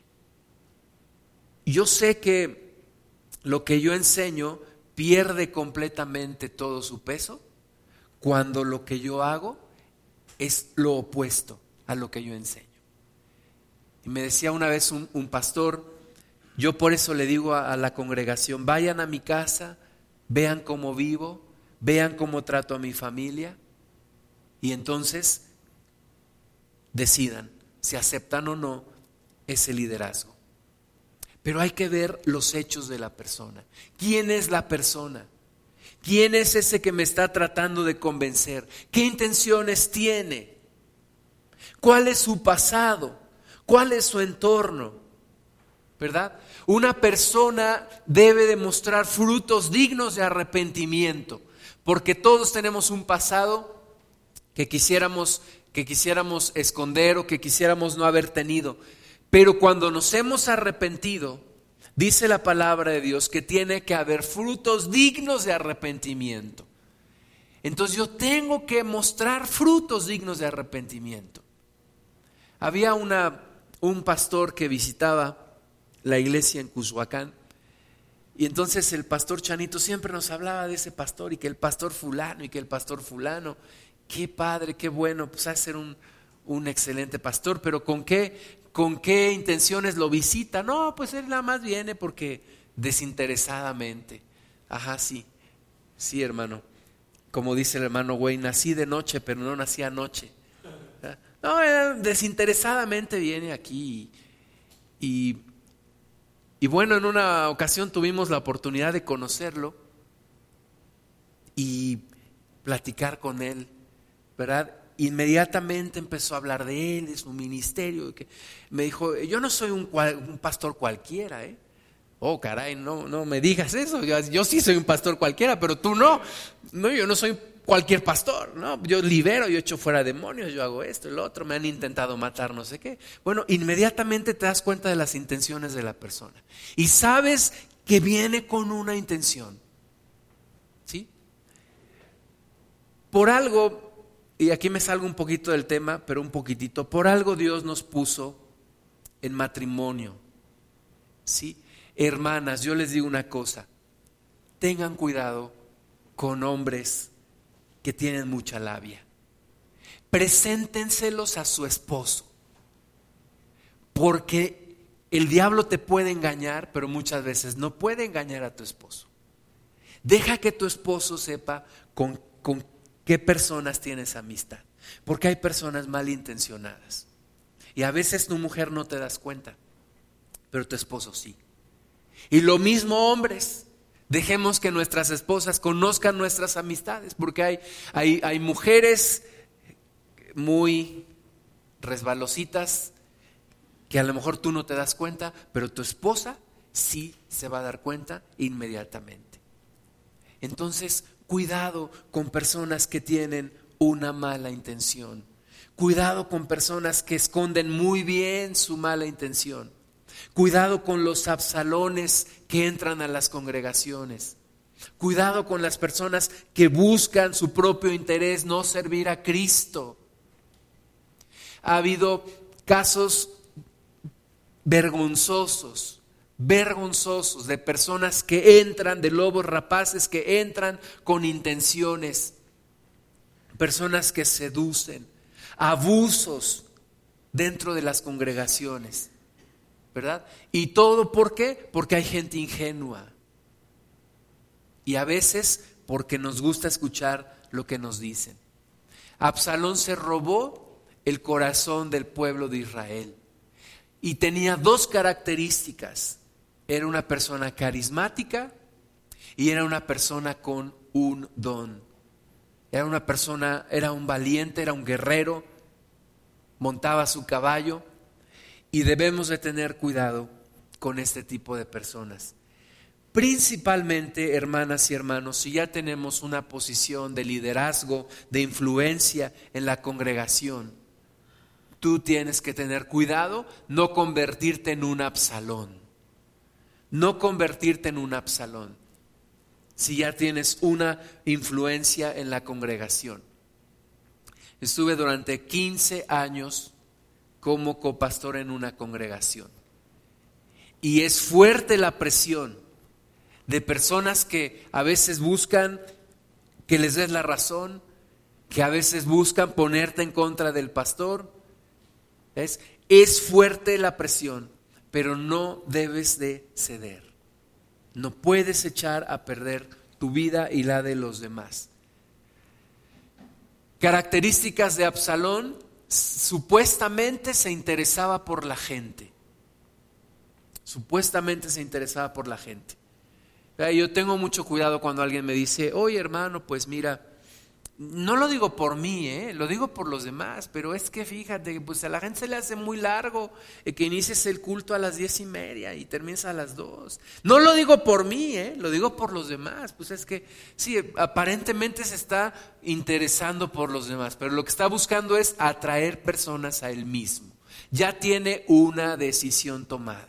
[SPEAKER 1] yo sé que lo que yo enseño pierde completamente todo su peso cuando lo que yo hago es lo opuesto a lo que yo enseño. Y me decía una vez un, un pastor, yo por eso le digo a, a la congregación, vayan a mi casa, vean cómo vivo, vean cómo trato a mi familia y entonces decidan si aceptan o no ese liderazgo. Pero hay que ver los hechos de la persona. ¿Quién es la persona? ¿Quién es ese que me está tratando de convencer? ¿Qué intenciones tiene? ¿Cuál es su pasado? ¿Cuál es su entorno? ¿Verdad? Una persona debe demostrar frutos dignos de arrepentimiento, porque todos tenemos un pasado que quisiéramos, que quisiéramos esconder o que quisiéramos no haber tenido. Pero cuando nos hemos arrepentido, dice la palabra de Dios que tiene que haber frutos dignos de arrepentimiento. Entonces yo tengo que mostrar frutos dignos de arrepentimiento. Había una, un pastor que visitaba la iglesia en Cushuacán y entonces el pastor Chanito siempre nos hablaba de ese pastor y que el pastor fulano y que el pastor fulano. Qué padre, qué bueno, pues ha de ser un, un excelente pastor, pero ¿con qué? ¿Con qué intenciones lo visita? No, pues él nada más viene porque desinteresadamente. Ajá, sí, sí, hermano. Como dice el hermano güey, nací de noche, pero no nací anoche. No, él desinteresadamente viene aquí. Y, y bueno, en una ocasión tuvimos la oportunidad de conocerlo y platicar con él, ¿verdad? Inmediatamente empezó a hablar de él, de su ministerio. Que me dijo, yo no soy un, cual, un pastor cualquiera, ¿eh? Oh, caray, no, no me digas eso. Yo, yo sí soy un pastor cualquiera, pero tú no. No, yo no soy cualquier pastor, ¿no? Yo libero, yo echo fuera demonios, yo hago esto y lo otro. Me han intentado matar, no sé qué. Bueno, inmediatamente te das cuenta de las intenciones de la persona. Y sabes que viene con una intención. ¿Sí? Por algo... Y aquí me salgo un poquito del tema, pero un poquitito. Por algo Dios nos puso en matrimonio. ¿Sí? Hermanas, yo les digo una cosa. Tengan cuidado con hombres que tienen mucha labia. Preséntenselos a su esposo. Porque el diablo te puede engañar, pero muchas veces no puede engañar a tu esposo. Deja que tu esposo sepa con, con ¿qué personas tienes amistad? Porque hay personas malintencionadas. Y a veces tu mujer no te das cuenta, pero tu esposo sí. Y lo mismo hombres, dejemos que nuestras esposas conozcan nuestras amistades, porque hay, hay, hay mujeres muy resbalositas que a lo mejor tú no te das cuenta, pero tu esposa sí se va a dar cuenta inmediatamente. Entonces, cuidado con personas que tienen una mala intención. Cuidado con personas que esconden muy bien su mala intención. Cuidado con los absalones que entran a las congregaciones. Cuidado con las personas que buscan su propio interés, no servir a Cristo. Ha habido casos vergonzosos, vergonzosos de personas que entran, de lobos rapaces que entran con intenciones, personas que seducen, abusos dentro de las congregaciones, ¿verdad? ¿Y todo por qué? Porque hay gente ingenua. Y a veces porque nos gusta escuchar lo que nos dicen. Absalón se robó el corazón del pueblo de Israel. Y tenía dos características. Era una persona carismática y era una persona con un don. Era una persona, era un valiente, era un guerrero, montaba su caballo. Y debemos de tener cuidado con este tipo de personas. Principalmente, hermanas y hermanos, si ya tenemos una posición de liderazgo, de influencia en la congregación, tú tienes que tener cuidado, no convertirte en un Absalón. No convertirte en un Absalón. Si ya tienes una influencia en la congregación. Estuve durante quince años como copastor en una congregación. Y es fuerte la presión de personas que a veces buscan que les des la razón, que a veces buscan ponerte en contra del pastor. ¿Ves? Es fuerte la presión, pero no debes de ceder. No puedes echar a perder tu vida y la de los demás. Características de Absalón: supuestamente se interesaba por la gente. Supuestamente se interesaba por la gente. Yo tengo mucho cuidado cuando alguien me dice: oye, hermano, pues mira, no lo digo por mí, ¿eh? Lo digo por los demás, pero es que fíjate, pues a la gente se le hace muy largo eh, que inicies el culto a las diez y media y termines a las dos. No lo digo por mí, ¿eh? Lo digo por los demás. Pues es que sí, aparentemente se está interesando por los demás, pero lo que está buscando es atraer personas a él mismo. Ya tiene una decisión tomada.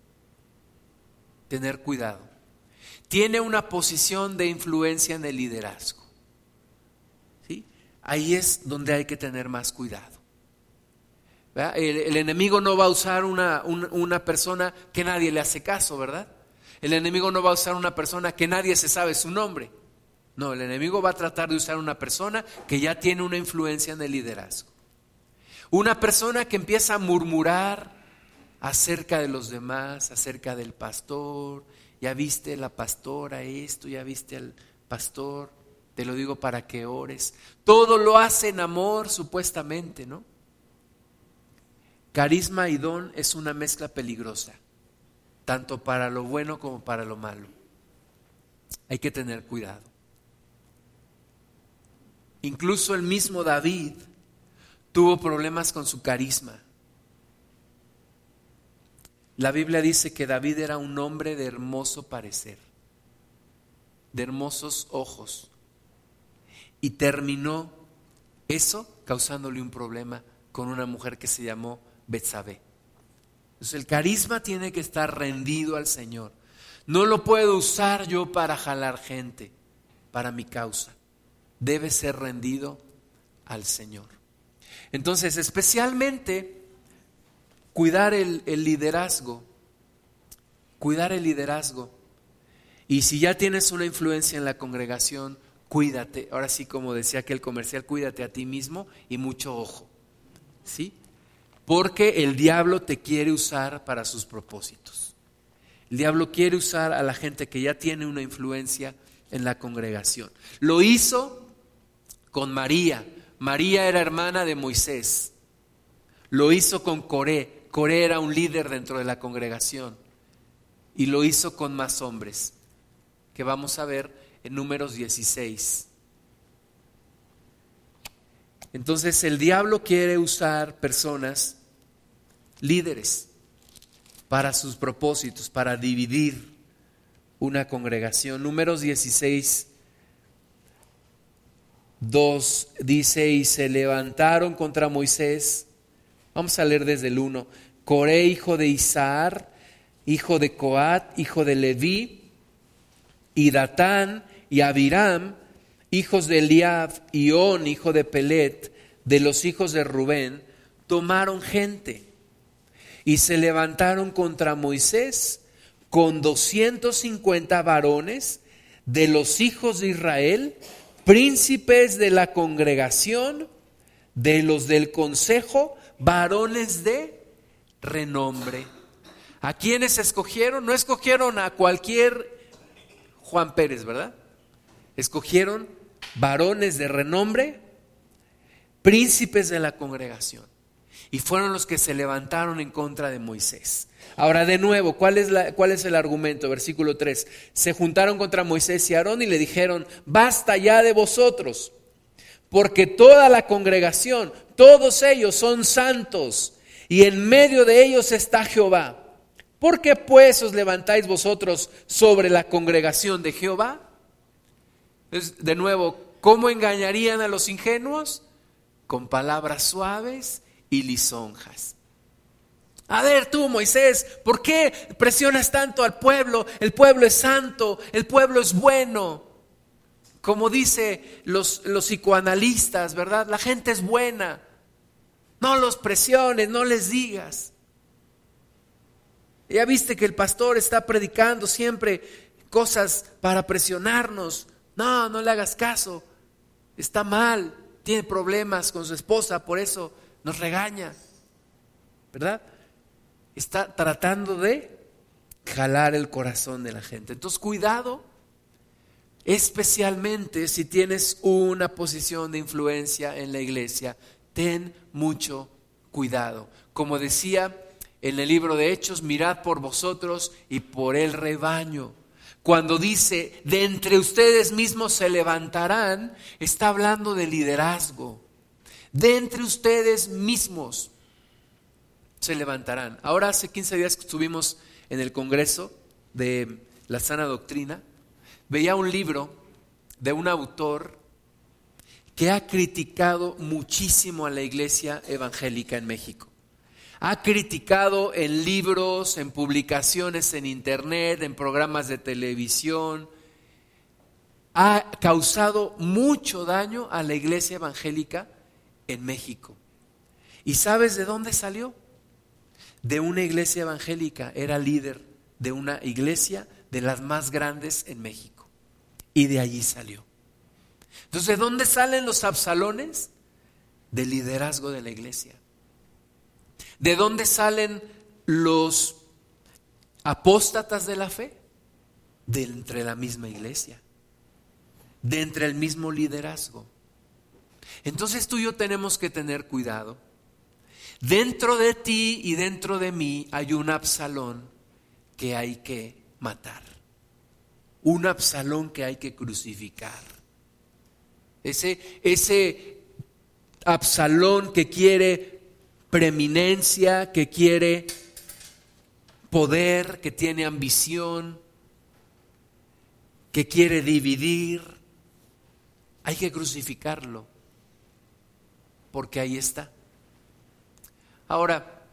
[SPEAKER 1] Tener cuidado. Tiene una posición de influencia en el liderazgo. ¿Sí? Ahí es donde hay que tener más cuidado. El, el enemigo no va a usar una, una, una persona que nadie le hace caso, ¿verdad? El enemigo no va a usar una persona que nadie se sabe su nombre. No, el enemigo va a tratar de usar una persona que ya tiene una influencia en el liderazgo. Una persona que empieza a murmurar acerca de los demás, acerca del pastor. Ya viste la pastora esto, ya viste al pastor, te lo digo para que ores. Todo lo hace en amor, supuestamente, ¿no? Carisma y don es una mezcla peligrosa, tanto para lo bueno como para lo malo. Hay que tener cuidado. Incluso el mismo David tuvo problemas con su carisma. La Biblia dice que David era un hombre de hermoso parecer, de hermosos ojos, y terminó eso causándole un problema con una mujer que se llamó Betsabé. Entonces el carisma tiene que estar rendido al Señor. No lo puedo usar yo para jalar gente para mi causa. Debe ser rendido al Señor. Entonces, especialmente cuidar el, el liderazgo, cuidar el liderazgo. Y si ya tienes una influencia en la congregación, cuídate. Ahora sí, como decía aquel comercial, cuídate a ti mismo y mucho ojo, ¿sí? Porque el diablo te quiere usar para sus propósitos. El diablo quiere usar a la gente que ya tiene una influencia en la congregación. Lo hizo con María. María era hermana de Moisés. Lo hizo con Coré. Coré era un líder dentro de la congregación. Y lo hizo con más hombres, que vamos a ver en Números dieciséis. Entonces el diablo quiere usar personas, líderes, para sus propósitos, para dividir una congregación. Números dieciséis, dos dice: y se levantaron contra Moisés. Vamos a leer desde el uno. Coré, hijo de Isar, hijo de Coat, hijo de Leví, y Datán y Abiram, hijos de Eliab, y On, hijo de Pelet, de los hijos de Rubén, tomaron gente y se levantaron contra Moisés con doscientos cincuenta varones de los hijos de Israel, príncipes de la congregación, de los del consejo, varones de renombre. ¿A quiénes escogieron? No escogieron a cualquier Juan Pérez, ¿verdad? Escogieron varones de renombre, príncipes de la congregación, y fueron los que se levantaron en contra de Moisés. Ahora, de nuevo, ¿cuál es, la, cuál es el argumento? Versículo tres. Se juntaron contra Moisés y Aarón y le dijeron: basta ya de vosotros, porque toda la congregación, todos ellos son santos, y en medio de ellos está Jehová. ¿Por qué pues os levantáis vosotros sobre la congregación de Jehová? Entonces, de nuevo, ¿cómo engañarían a los ingenuos? Con palabras suaves y lisonjas. A ver tú, Moisés, ¿por qué presionas tanto al pueblo? El pueblo es santo, el pueblo es bueno. Como dice los, los psicoanalistas, ¿verdad? La gente es buena. No los presiones, no les digas. Ya viste que el pastor está predicando siempre cosas para presionarnos. No, no le hagas caso. Está mal, tiene problemas con su esposa, por eso nos regaña, ¿verdad? Está tratando de jalar el corazón de la gente. Entonces, cuidado, especialmente si tienes una posición de influencia en la iglesia, ten mucho cuidado. Como decía en el libro de Hechos, mirad por vosotros y por el rebaño. Cuando dice, de entre ustedes mismos se levantarán, está hablando de liderazgo. De entre ustedes mismos se levantarán. Ahora, hace quince días que estuvimos en el Congreso de la Sana Doctrina, veía un libro de un autor que ha criticado muchísimo a la iglesia evangélica en México. Ha criticado en libros, en publicaciones en internet, en programas de televisión. Ha causado mucho daño a la iglesia evangélica en México. ¿Y sabes de dónde salió? De una iglesia evangélica. Era líder de una iglesia de las más grandes en México. Y de allí salió. Entonces, ¿de dónde salen los absalones? Del liderazgo de la iglesia. ¿De dónde salen los apóstatas de la fe? De entre la misma iglesia, de entre el mismo liderazgo. Entonces tú y yo tenemos que tener cuidado. Dentro de ti y dentro de mí hay un Absalón que hay que matar, un Absalón que hay que crucificar. Ese, ese Absalón que quiere preeminencia, que quiere poder, que tiene ambición, que quiere dividir, hay que crucificarlo, porque ahí está. Ahora,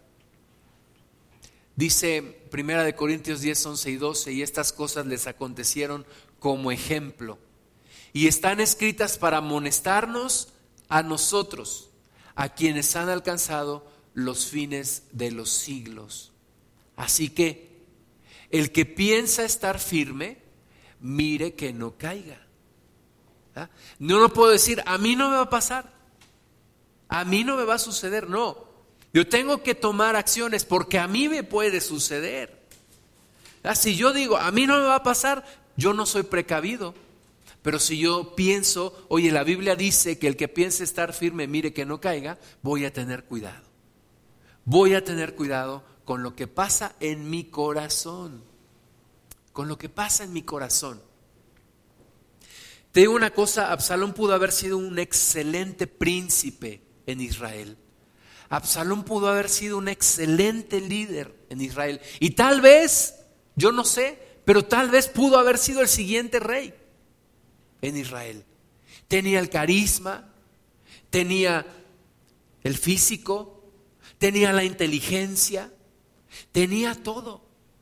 [SPEAKER 1] dice Primera de Corintios diez, once y doce, y estas cosas les acontecieron como ejemplo, y están escritas para amonestarnos a nosotros, a quienes han alcanzado los fines de los siglos. Así que el que piensa estar firme, mire que no caiga. ¿Ah? No, no puedo decir, a mí no me va a pasar, a mí no me va a suceder. No, yo tengo que tomar acciones porque a mí me puede suceder. ¿Ah? Si yo digo, a mí no me va a pasar, yo no soy precavido. Pero si yo pienso, oye, la Biblia dice que el que piense estar firme, mire que no caiga, voy a tener cuidado. Voy a tener cuidado con lo que pasa en mi corazón. Con lo que pasa en mi corazón. Te digo una cosa, Absalón pudo haber sido un excelente príncipe en Israel. Absalón pudo haber sido un excelente líder en Israel. Y tal vez, yo no sé, pero tal vez pudo haber sido el siguiente rey en Israel. Tenía el carisma, tenía el físico, tenía la inteligencia, tenía todo.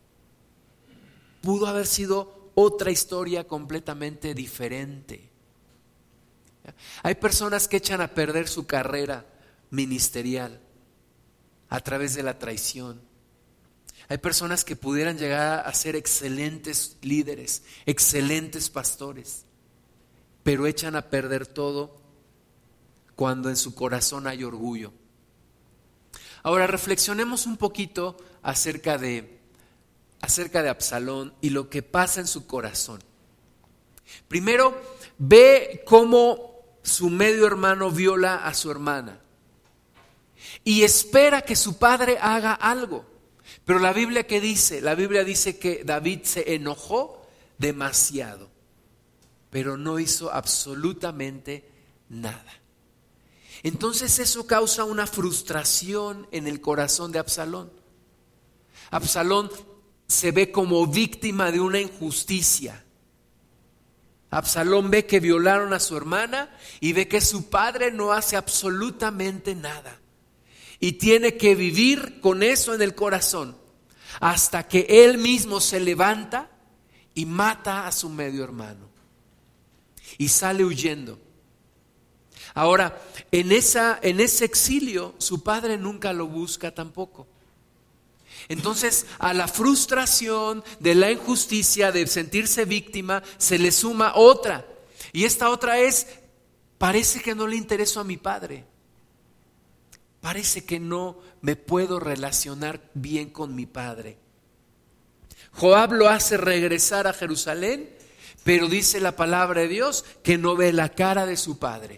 [SPEAKER 1] Pudo haber sido otra historia completamente diferente. Hay personas que echan a perder su carrera ministerial a través de la traición. Hay personas que pudieran llegar a ser excelentes líderes, excelentes pastores, pero echan a perder todo cuando en su corazón hay orgullo. Ahora reflexionemos un poquito acerca de, acerca de Absalón y lo que pasa en su corazón. Primero, ve cómo su medio hermano viola a su hermana y espera que su padre haga algo. Pero la Biblia, ¿qué dice? La Biblia dice que David se enojó demasiado, pero no hizo absolutamente nada. Entonces eso causa una frustración en el corazón de Absalón. Absalón se ve como víctima de una injusticia. Absalón ve que violaron a su hermana y ve que su padre no hace absolutamente nada. Y tiene que vivir con eso en el corazón hasta que él mismo se levanta y mata a su medio hermano y sale huyendo. Ahora, en, esa, en ese exilio, su padre nunca lo busca tampoco. Entonces, a la frustración de la injusticia, de sentirse víctima, se le suma otra. Y esta otra es, parece que no le intereso a mi padre. Parece que no me puedo relacionar bien con mi padre. Joab lo hace regresar a Jerusalén, pero dice la palabra de Dios que no ve la cara de su padre.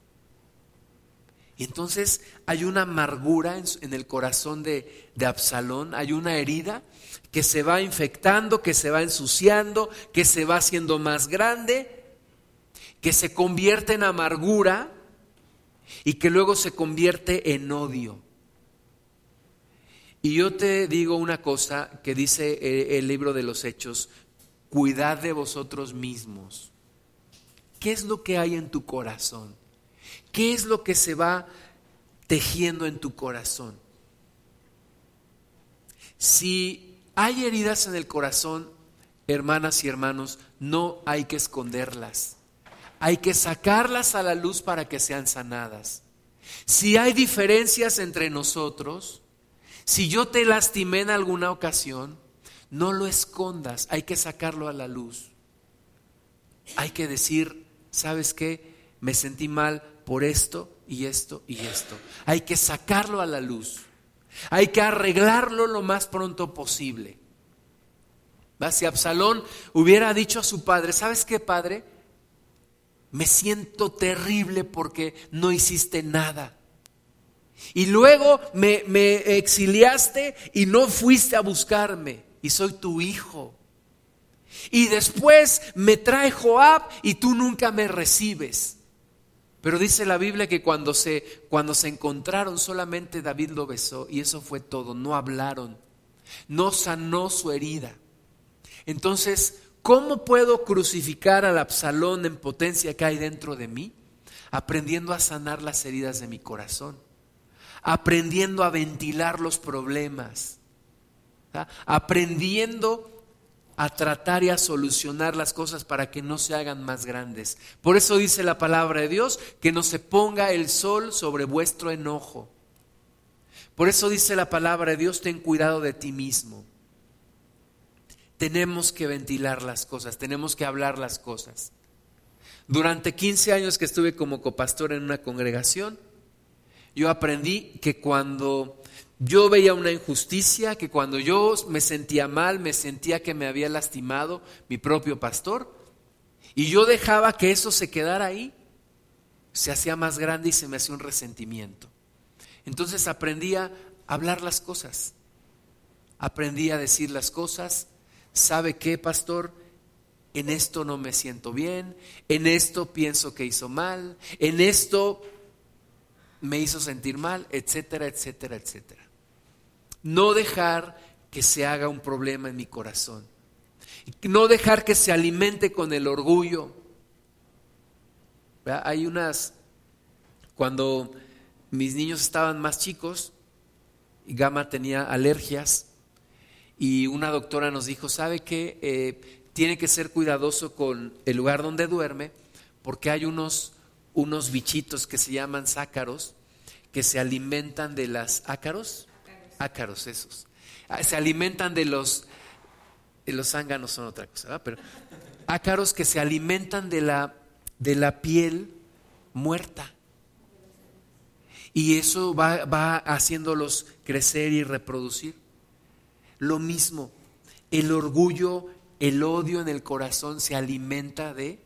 [SPEAKER 1] Y entonces hay una amargura en, en el corazón de, de Absalón, hay una herida que se va infectando, que se va ensuciando, que se va haciendo más grande, que se convierte en amargura y que luego se convierte en odio. Y yo te digo una cosa que dice el libro de los Hechos: cuidad de vosotros mismos. ¿Qué es lo que hay en tu corazón? ¿Qué es lo que se va tejiendo en tu corazón? Si hay heridas en el corazón, hermanas y hermanos, no hay que esconderlas. Hay que sacarlas a la luz para que sean sanadas. Si hay diferencias entre nosotros, si yo te lastimé en alguna ocasión, no lo escondas, hay que sacarlo a la luz. Hay que decir, ¿sabes qué? Me sentí mal por esto y esto y esto. Hay que sacarlo a la luz. Hay que arreglarlo lo más pronto posible. ¿Va? Si Absalón hubiera dicho a su padre, ¿sabes qué, padre? Me siento terrible porque no hiciste nada. Y luego me, me exiliaste y no fuiste a buscarme. Y soy tu hijo. Y después me trae Joab y tú nunca me recibes. Pero dice la Biblia que cuando se, cuando se encontraron solamente David lo besó y eso fue todo, no hablaron, no sanó su herida. Entonces, ¿cómo puedo crucificar al Absalón en potencia que hay dentro de mí? Aprendiendo a sanar las heridas de mi corazón, aprendiendo a ventilar los problemas, ¿tá? Aprendiendo a tratar y a solucionar las cosas para que no se hagan más grandes. Por eso dice la palabra de Dios que no se ponga el sol sobre vuestro enojo. Por eso dice la palabra de Dios, ten cuidado de ti mismo. Tenemos que ventilar las cosas, tenemos que hablar las cosas. Durante quince años que estuve como copastor en una congregación, yo aprendí que cuando yo veía una injusticia, que cuando yo me sentía mal, me sentía que me había lastimado mi propio pastor, y yo dejaba que eso se quedara ahí, se hacía más grande y se me hacía un resentimiento. Entonces aprendí a hablar las cosas, aprendí a decir las cosas. ¿Sabe qué, pastor? en esto no me siento bien, en esto pienso que hizo mal, en esto me hizo sentir mal, etcétera, etcétera, etcétera. No dejar que se haga un problema en mi corazón. No dejar que se alimente con el orgullo. ¿Verdad? Hay unas, cuando mis niños estaban más chicos, Gama tenía alergias y una doctora nos dijo, ¿sabe qué? Eh, tiene que ser cuidadoso con el lugar donde duerme porque hay unos, unos bichitos que se llaman ácaros que se alimentan de las ácaros, ácaros esos, se alimentan de los, de los zánganos son otra cosa, ¿verdad? Pero ácaros que se alimentan de la, de la piel muerta. Y eso va, va haciéndolos crecer y reproducir. Lo mismo, el orgullo, el odio en el corazón se alimenta de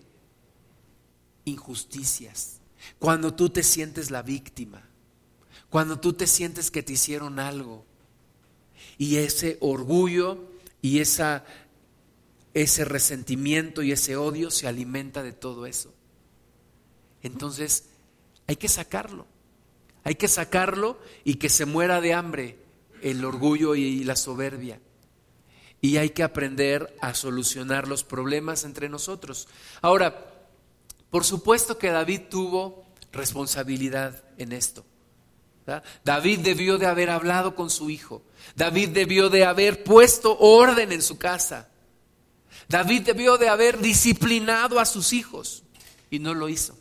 [SPEAKER 1] injusticias. Cuando tú te sientes la víctima, cuando tú te sientes que te hicieron algo, y ese orgullo y esa, ese resentimiento y ese odio se alimenta de todo eso. Entonces hay que sacarlo. Hay que sacarlo y que se muera de hambre el orgullo y la soberbia. Y hay que aprender a solucionar los problemas entre nosotros. Ahora, por supuesto que David tuvo responsabilidad en esto, ¿verdad? David debió de haber hablado con su hijo. David debió de haber puesto orden en su casa. David debió de haber disciplinado a sus hijos y no lo hizo.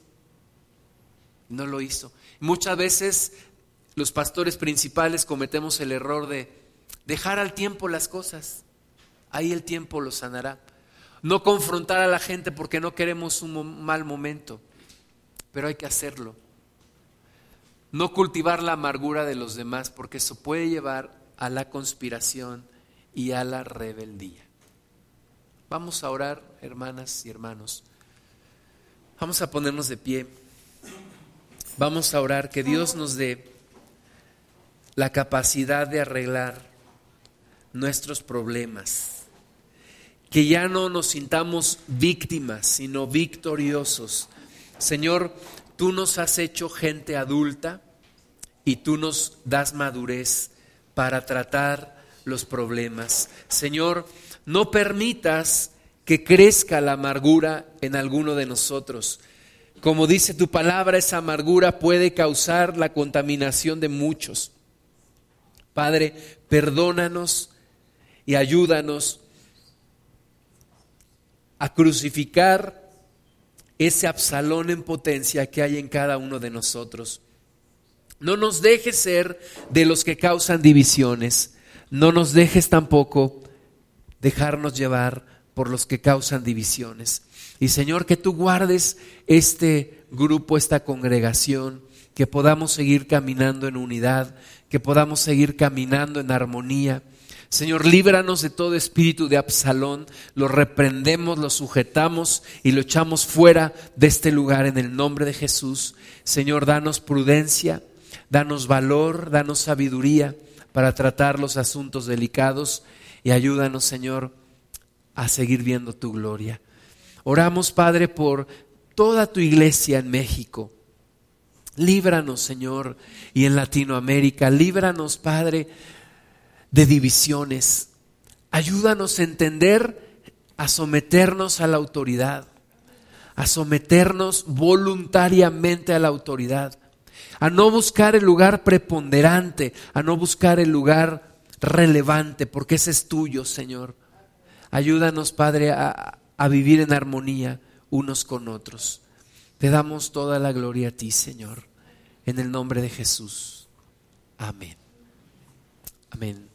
[SPEAKER 1] No lo hizo. Muchas veces los pastores principales cometemos el error de dejar al tiempo las cosas. Ahí el tiempo lo sanará. No confrontar a la gente porque no queremos un mal momento, pero hay que hacerlo. No cultivar la amargura de los demás porque eso puede llevar a la conspiración y a la rebeldía. Vamos a orar, hermanas y hermanos. Vamos a ponernos de pie. Vamos a orar que Dios nos dé la capacidad de arreglar nuestros problemas, que ya no nos sintamos víctimas, sino victoriosos. Señor, tú nos has hecho gente adulta y tú nos das madurez para tratar los problemas. Señor, no permitas que crezca la amargura en alguno de nosotros. Como dice tu palabra, esa amargura puede causar la contaminación de muchos. Padre, perdónanos y ayúdanos a crucificar ese Absalón en potencia que hay en cada uno de nosotros. No nos dejes ser de los que causan divisiones. No nos dejes tampoco dejarnos llevar por los que causan divisiones. Y Señor, que tú guardes este grupo, esta congregación, que podamos seguir caminando en unidad, que podamos seguir caminando en armonía. Señor, líbranos de todo espíritu de Absalón, lo reprendemos, lo sujetamos y lo echamos fuera de este lugar en el nombre de Jesús. Señor, danos prudencia, danos valor, danos sabiduría para tratar los asuntos delicados y ayúdanos, Señor, a seguir viendo tu gloria. Oramos, Padre, por toda tu iglesia en México. Líbranos, Señor, y en Latinoamérica. Líbranos, Padre, de divisiones. Ayúdanos a entender, a someternos a la autoridad, a someternos voluntariamente a la autoridad, a no buscar el lugar preponderante, a no buscar el lugar relevante, porque ese es tuyo, Señor. Ayúdanos, Padre, a, a vivir en armonía unos con otros. Te damos toda la gloria a ti, Señor, en el nombre de Jesús. Amén. Amén.